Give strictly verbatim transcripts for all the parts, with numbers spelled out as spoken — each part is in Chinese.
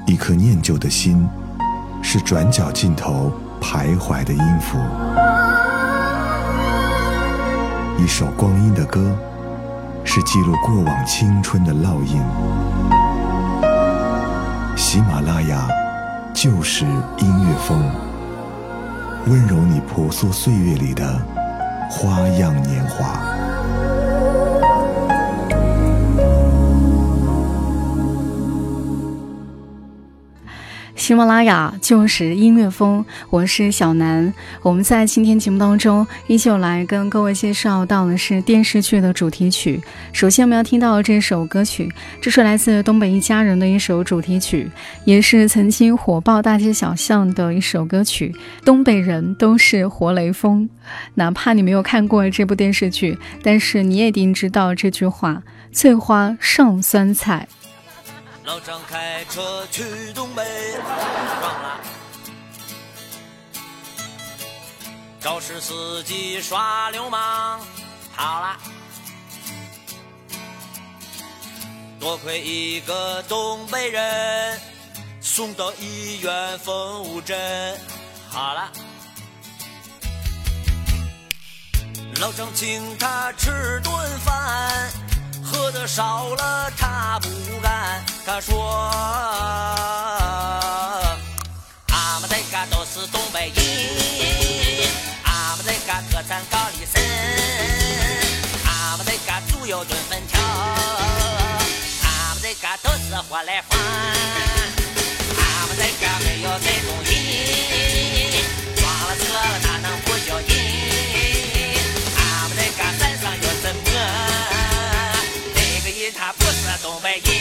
一颗念旧的心，是转角尽头徘徊的音符。一首光阴的歌，是记录过往青春的烙印。喜马拉雅就是音乐风，温柔你婆娑岁月里的花样年华。 喜马拉雅就是音乐风，我是小南。我们在今天节目当中依旧来跟各位介绍到的是电视剧的主题曲。首先我们要听到的这首歌曲，这是来自东北一家人的一首主题曲，也是曾经火爆大街小巷的一首歌曲。东北人都是活雷锋，哪怕你没有看过这部电视剧，但是你也一定知道这句话：翠花上酸菜。 老张开车去东北，撞了。肇事司机耍流氓，好了。多亏一个东北人，送到医院缝五针，好了。老张请他吃顿饭，喝的少了他不干，他说俺们这个都是东北人，俺们这个特产高丽参，俺们这个猪油炖粉条，俺们这个都是活来花，俺们这个没有这种人，撞了车了哪能不叫人，俺们这个山上有什么，他不是东北人。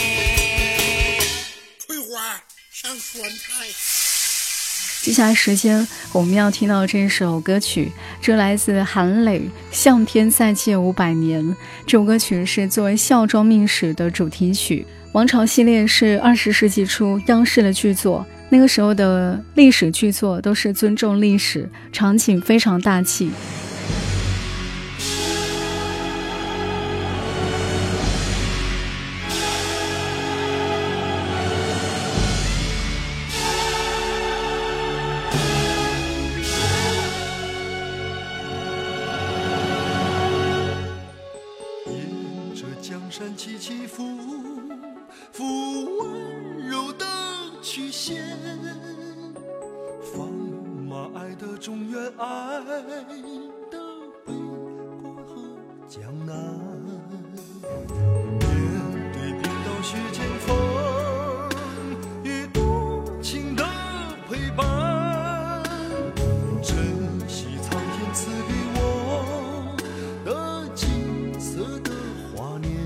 翠花上酸菜。 接下来时间我们要听到这首歌曲，这来自韩磊《向天再借五百年》。这首歌曲是作为孝庄秘史的主题曲。王朝系列是二十世纪初央视的剧作，那个时候的历史剧作都是尊重历史，场景非常大气。 山起起伏伏，温柔的曲线，放马爱的中原，爱的北国和江南，面对冰岛雪剑锋，与多情的陪伴，珍惜苍天赐给我的金色的华年。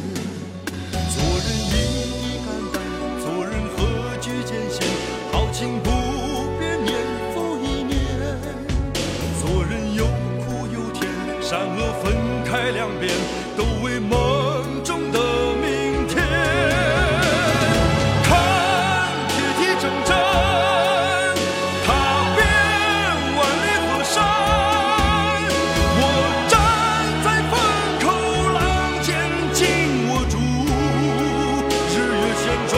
情不变，年复一年，做人有苦有甜，善恶分开两边，都为梦中的明天。看铁蹄铮铮，踏遍万里河山，我站在风口浪尖，紧握住日月旋转。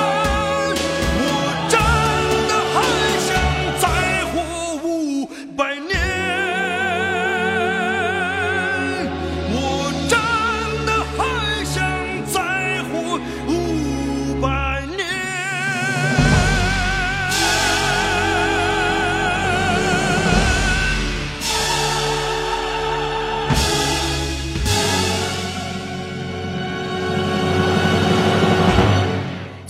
百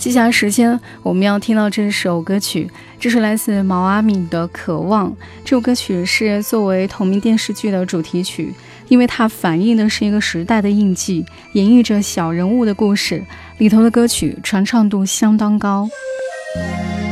接下来时间我们要听到这首歌曲，这是来自毛阿敏的《渴望》。这首歌曲是作为同名电视剧的主题曲，因为它反映的是一个时代的印记，演绎着小人物的故事，里头的歌曲传唱度相当高。